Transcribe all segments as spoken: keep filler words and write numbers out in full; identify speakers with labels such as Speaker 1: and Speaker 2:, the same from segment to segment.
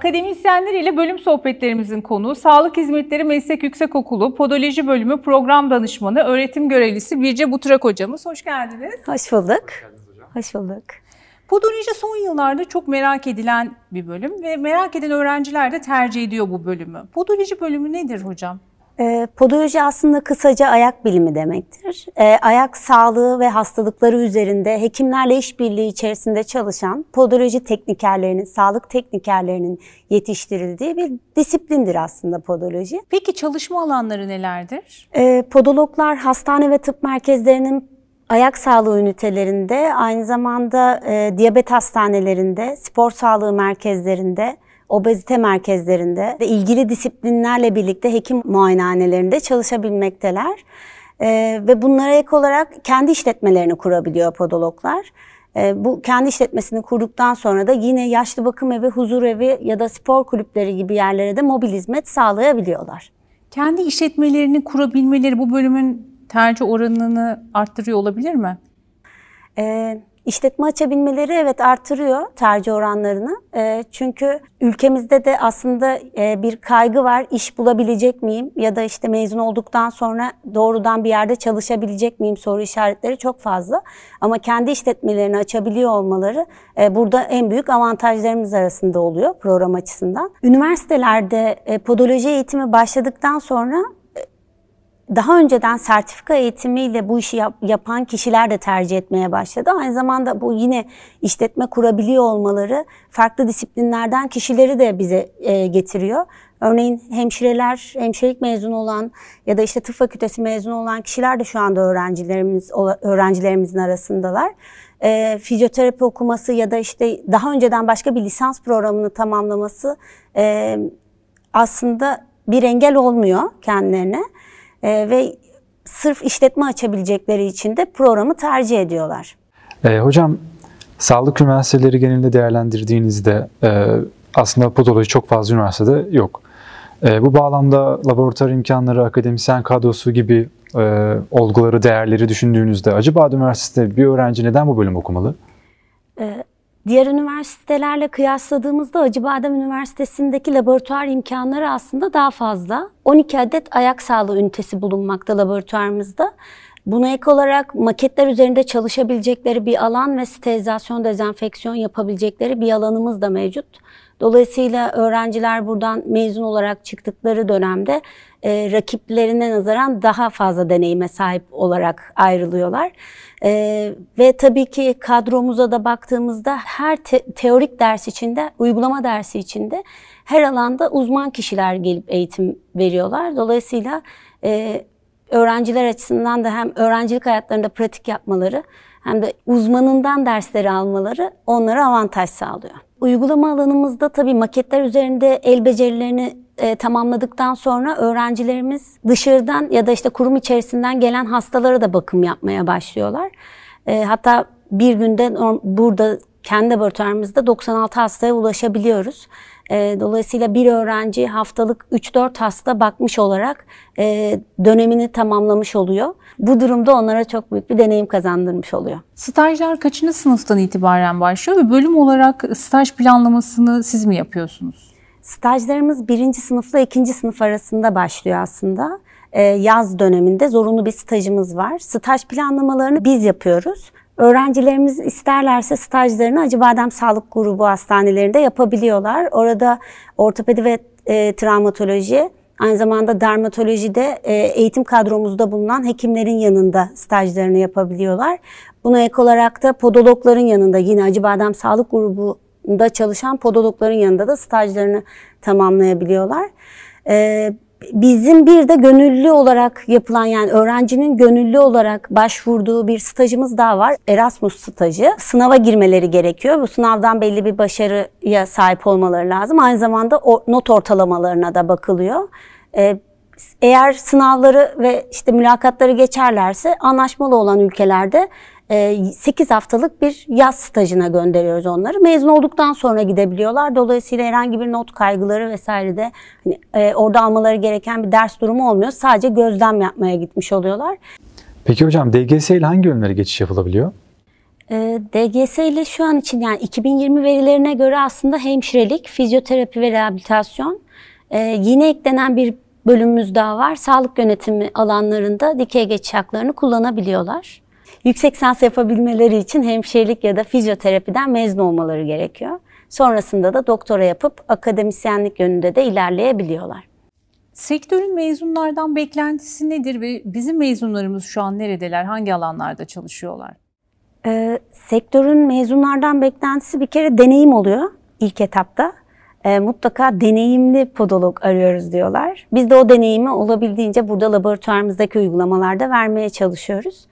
Speaker 1: Akademisyenler ile bölüm sohbetlerimizin konuğu Sağlık Hizmetleri Meslek Yüksekokulu Podoloji Bölümü Program Danışmanı, Öğretim Görevlisi Birce Buturak hocamız. Hoş geldiniz.
Speaker 2: Hoş bulduk. Hoş bulduk.
Speaker 1: Podoloji son yıllarda çok merak edilen bir bölüm ve merak eden öğrenciler de tercih ediyor bu bölümü. Podoloji bölümü nedir hocam?
Speaker 2: E, podoloji aslında kısaca ayak bilimi demektir. E, ayak sağlığı ve hastalıkları üzerinde hekimlerle işbirliği içerisinde çalışan podoloji teknikerlerinin, sağlık teknikerlerinin yetiştirildiği bir disiplindir aslında podoloji.
Speaker 1: Peki çalışma alanları nelerdir?
Speaker 2: E, podologlar hastane ve tıp merkezlerinin ayak sağlığı ünitelerinde, aynı zamanda e, diyabet hastanelerinde, spor sağlığı merkezlerinde, obezite merkezlerinde ve ilgili disiplinlerle birlikte hekim muayenehanelerinde çalışabilmekteler. Ee, ve bunlara ek olarak kendi işletmelerini kurabiliyor podologlar. Ee, bu kendi işletmesini kurduktan sonra da yine yaşlı bakım evi, huzur evi ya da spor kulüpleri gibi yerlere de mobil hizmet sağlayabiliyorlar.
Speaker 1: Kendi işletmelerini kurabilmeleri bu bölümün tercih oranını arttırıyor olabilir mi?
Speaker 2: Ee, İşletme açabilmeleri evet artırıyor tercih oranlarını. E, çünkü ülkemizde de aslında e, bir kaygı var. İş bulabilecek miyim? Ya da işte mezun olduktan sonra doğrudan bir yerde çalışabilecek miyim? Soru işaretleri çok fazla. Ama kendi işletmelerini açabiliyor olmaları e, burada en büyük avantajlarımız arasında oluyor program açısından. Üniversitelerde e, podoloji eğitimi başladıktan sonra daha önceden sertifika eğitimiyle bu işi yap, yapan kişiler de tercih etmeye başladı. Aynı zamanda bu yine işletme kurabiliyor olmaları farklı disiplinlerden kişileri de bize e, getiriyor. Örneğin hemşireler, hemşirelik mezunu olan ya da işte tıp fakültesi mezunu olan kişiler de şu anda öğrencilerimiz öğrencilerimizin arasındalar. E, fizyoterapi okuması ya da işte daha önceden başka bir lisans programını tamamlaması e, aslında bir engel olmuyor kendilerine. Ee, ve sırf işletme açabilecekleri için de programı tercih ediyorlar.
Speaker 3: E, hocam, sağlık üniversiteleri genelinde değerlendirdiğinizde e, aslında podoloji çok fazla üniversitede yok. E, bu bağlamda laboratuvar imkanları, akademisyen kadrosu gibi e, olguları, değerleri düşündüğünüzde Acıbadem Üniversitesi'nde bir öğrenci neden bu bölüm okumalı?
Speaker 2: Evet. Diğer üniversitelerle kıyasladığımızda Acıbadem Üniversitesi'ndeki laboratuvar imkanları aslında daha fazla. on iki adet ayak sağlığı ünitesi bulunmakta laboratuvarımızda. Buna ek olarak maketler üzerinde çalışabilecekleri bir alan ve sterilizasyon, dezenfeksiyon yapabilecekleri bir alanımız da mevcut. Dolayısıyla öğrenciler buradan mezun olarak çıktıkları dönemde e, rakiplerine nazaran daha fazla deneyime sahip olarak ayrılıyorlar. E, ve tabii ki kadromuza da baktığımızda her te teorik ders içinde, uygulama dersi içinde her alanda uzman kişiler gelip eğitim veriyorlar. Dolayısıyla e, öğrenciler açısından da hem öğrencilik hayatlarında pratik yapmaları hem de uzmanından dersleri almaları onlara avantaj sağlıyor. Uygulama alanımızda tabii maketler üzerinde el becerilerini e, tamamladıktan sonra öğrencilerimiz dışarıdan ya da işte kurum içerisinden gelen hastalara da bakım yapmaya başlıyorlar. E, hatta bir günde burada kendi laboratuvarımızda doksan altı hastaya ulaşabiliyoruz. E, dolayısıyla bir öğrenci haftalık üç dört hasta bakmış olarak e, dönemini tamamlamış oluyor. Bu durumda onlara çok büyük bir deneyim kazandırmış oluyor.
Speaker 1: Stajlar kaçıncı sınıftan itibaren başlıyor ve bölüm olarak staj planlamasını siz mi yapıyorsunuz?
Speaker 2: Stajlarımız birinci sınıfla ikinci sınıf arasında başlıyor aslında. Ee, yaz döneminde zorunlu bir stajımız var. Staj planlamalarını biz yapıyoruz. Öğrencilerimiz isterlerse stajlarını Acıbadem Sağlık Grubu hastanelerinde yapabiliyorlar. Orada ortopedi ve e, travmatoloji, aynı zamanda dermatolojide e, eğitim kadromuzda bulunan hekimlerin yanında stajlarını yapabiliyorlar. Buna ek olarak da podologların yanında, yine Acıbadem Sağlık Grubu'nda çalışan podologların yanında da stajlarını tamamlayabiliyorlar. E, Bizim bir de gönüllü olarak yapılan, yani öğrencinin gönüllü olarak başvurduğu bir stajımız daha var. Erasmus stajı. Sınava girmeleri gerekiyor. Bu sınavdan belli bir başarıya sahip olmaları lazım. Aynı zamanda o not ortalamalarına da bakılıyor. Ee, eğer sınavları ve işte mülakatları geçerlerse anlaşmalı olan ülkelerde sekiz haftalık bir yaz stajına gönderiyoruz onları. Mezun olduktan sonra gidebiliyorlar. Dolayısıyla herhangi bir not kaygıları vesaire de hani, e, orada almaları gereken bir ders durumu olmuyor. Sadece gözlem yapmaya gitmiş oluyorlar.
Speaker 3: Peki hocam, D G S ile hangi bölümlere geçiş yapılabiliyor?
Speaker 2: D G S ile şu an için yani iki bin yirmi verilerine göre aslında hemşirelik, fizyoterapi ve rehabilitasyon e, yeni eklenen bir bölümümüz daha var. Sağlık yönetimi alanlarında dikey geçiş haklarını kullanabiliyorlar. Yüksek lisans yapabilmeleri için hemşirelik ya da fizyoterapiden mezun olmaları gerekiyor. Sonrasında da doktora yapıp akademisyenlik yönünde de ilerleyebiliyorlar.
Speaker 1: Sektörün mezunlardan beklentisi nedir ve bizim mezunlarımız şu an neredeler, hangi alanlarda çalışıyorlar?
Speaker 2: E, sektörün mezunlardan beklentisi bir kere deneyim oluyor ilk etapta. E, mutlaka deneyimli podolog arıyoruz diyorlar. Biz de o deneyimi olabildiğince burada laboratuvarımızdaki uygulamalarda vermeye çalışıyoruz.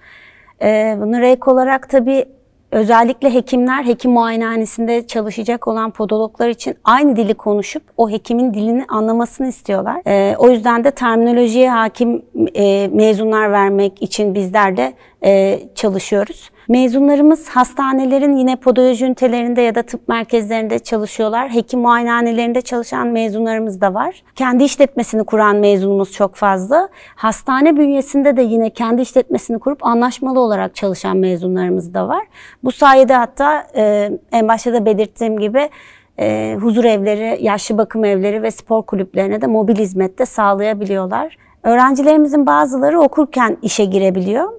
Speaker 2: E, bunlara ek olarak tabii özellikle hekimler, hekim muayenehanesinde çalışacak olan podologlar için aynı dili konuşup o hekimin dilini anlamasını istiyorlar. E, o yüzden de terminolojiye hakim e, mezunlar vermek için bizler de e, çalışıyoruz. Mezunlarımız hastanelerin yine podoloji ünitelerinde ya da tıp merkezlerinde çalışıyorlar. Hekim muayenehanelerinde çalışan mezunlarımız da var. Kendi işletmesini kuran mezunumuz çok fazla. Hastane bünyesinde de yine kendi işletmesini kurup anlaşmalı olarak çalışan mezunlarımız da var. Bu sayede hatta e, en başta da belirttiğim gibi e, huzur evleri, yaşlı bakım evleri ve spor kulüplerine de mobil hizmet de sağlayabiliyorlar. Öğrencilerimizin bazıları okurken işe girebiliyor.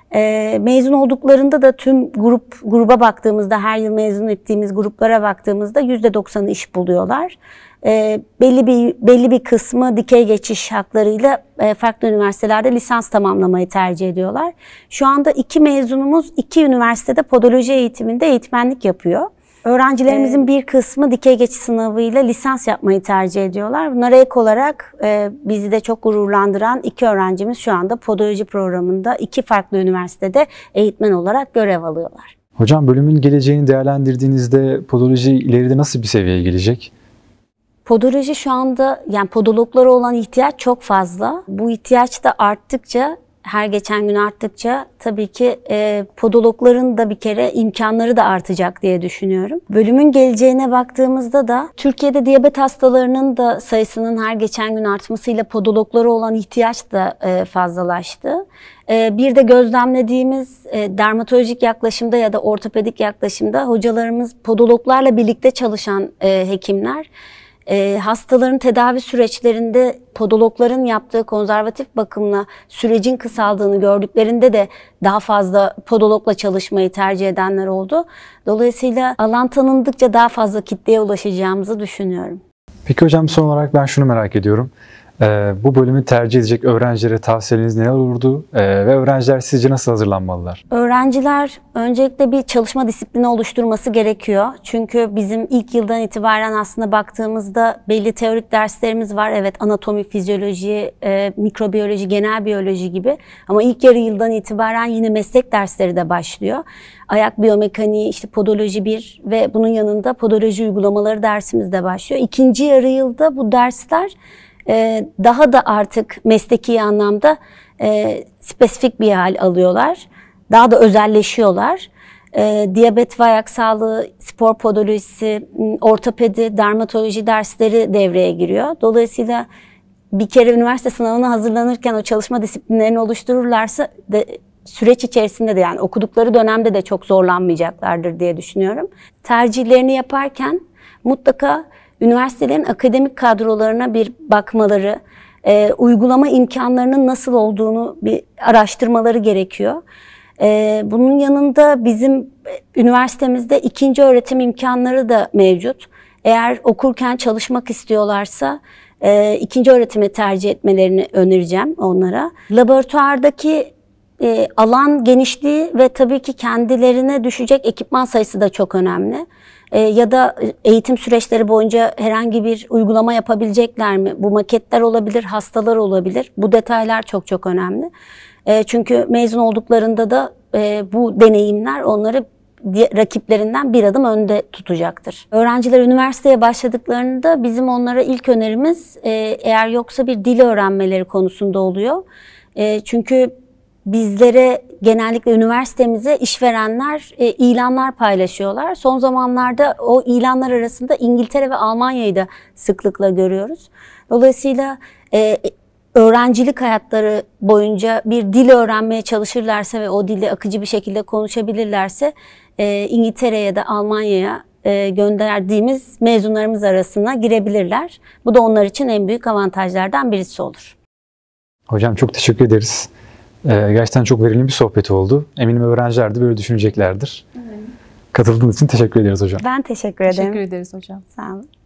Speaker 2: E, mezun olduklarında da tüm grup gruba baktığımızda, her yıl mezun ettiğimiz gruplara baktığımızda yüzde doksanı iş buluyorlar. E, belli bir belli bir kısmı dikey geçiş haklarıyla e, farklı üniversitelerde lisans tamamlamayı tercih ediyorlar. Şu anda iki mezunumuz iki üniversitede podoloji eğitiminde eğitmenlik yapıyor. Öğrencilerimizin ee, bir kısmı dikey geçiş sınavıyla lisans yapmayı tercih ediyorlar. Bunlara ek olarak e, bizi de çok gururlandıran iki öğrencimiz şu anda podoloji programında iki farklı üniversitede eğitmen olarak görev alıyorlar.
Speaker 3: Hocam, bölümün geleceğini değerlendirdiğinizde podoloji ileride nasıl bir seviyeye gelecek?
Speaker 2: Podoloji şu anda, yani podologlara olan ihtiyaç çok fazla. Bu ihtiyaç da arttıkça, her geçen gün arttıkça tabii ki e, podologların da bir kere imkanları da artacak diye düşünüyorum. Bölümün geleceğine baktığımızda da Türkiye'de diyabet hastalarının da sayısının her geçen gün artmasıyla podologlara olan ihtiyaç da e, fazlalaştı. E, bir de gözlemlediğimiz e, dermatolojik yaklaşımda ya da ortopedik yaklaşımda hocalarımız podologlarla birlikte çalışan e, hekimler. E, hastaların tedavi süreçlerinde podologların yaptığı konservatif bakımla sürecin kısaldığını gördüklerinde de daha fazla podologla çalışmayı tercih edenler oldu. Dolayısıyla alan tanındıkça daha fazla kitleye ulaşacağımızı düşünüyorum.
Speaker 3: Peki hocam, son olarak ben şunu merak ediyorum. Ee, bu bölümü tercih edecek öğrencilere tavsiyeleriniz neler olurdu ee, ve öğrenciler sizce nasıl hazırlanmalılar?
Speaker 2: Öğrenciler öncelikle bir çalışma disiplini oluşturması gerekiyor. Çünkü bizim ilk yıldan itibaren aslında baktığımızda belli teorik derslerimiz var. Evet, anatomi, fizyoloji, e, mikrobiyoloji, genel biyoloji gibi. Ama ilk yarı yıldan itibaren yine meslek dersleri de başlıyor. Ayak biyomekaniği, işte podoloji bir ve bunun yanında podoloji uygulamaları dersimiz de başlıyor. İkinci yarı yılda bu dersler Ee, daha da artık mesleki anlamda e, spesifik bir hal alıyorlar. Daha da özelleşiyorlar. E, diyabet ve ayak sağlığı, spor podolojisi, ortopedi, dermatoloji dersleri devreye giriyor. Dolayısıyla bir kere üniversite sınavına hazırlanırken o çalışma disiplinlerini oluştururlarsa de, süreç içerisinde de, yani okudukları dönemde de çok zorlanmayacaklardır diye düşünüyorum. Tercihlerini yaparken mutlaka üniversitelerin akademik kadrolarına bir bakmaları, e, uygulama imkanlarının nasıl olduğunu bir araştırmaları gerekiyor. E, bunun yanında bizim üniversitemizde ikinci öğretim imkanları da mevcut. Eğer okurken çalışmak istiyorlarsa e, ikinci öğretimi tercih etmelerini önereceğim onlara. Laboratuvardaki e, alan genişliği ve tabii ki kendilerine düşecek ekipman sayısı da çok önemli. E, ya da eğitim süreçleri boyunca herhangi bir uygulama yapabilecekler mi? Bu maketler olabilir, hastalar olabilir. Bu detaylar çok çok önemli. E, çünkü mezun olduklarında da e, bu deneyimler onları rakiplerinden bir adım önde tutacaktır. Öğrenciler üniversiteye başladıklarında bizim onlara ilk önerimiz e, eğer yoksa bir dil öğrenmeleri konusunda oluyor. E, çünkü bizlere genellikle üniversitemize işverenler e, ilanlar paylaşıyorlar. Son zamanlarda o ilanlar arasında İngiltere ve Almanya'yı da sıklıkla görüyoruz. Dolayısıyla e, öğrencilik hayatları boyunca bir dil öğrenmeye çalışırlarsa ve o dili akıcı bir şekilde konuşabilirlerse e, İngiltere'ye ya da Almanya'ya e, gönderdiğimiz mezunlarımız arasına girebilirler. Bu da onlar için en büyük avantajlardan birisi olur.
Speaker 3: Hocam çok teşekkür ederiz. Ee, gerçekten çok verimli bir sohbet oldu. Eminim öğrenciler de böyle düşüneceklerdir. Evet. Katıldığınız için teşekkür ederiz hocam.
Speaker 2: Ben teşekkür ederim.
Speaker 1: Teşekkür ederiz hocam.
Speaker 2: Sağ olun.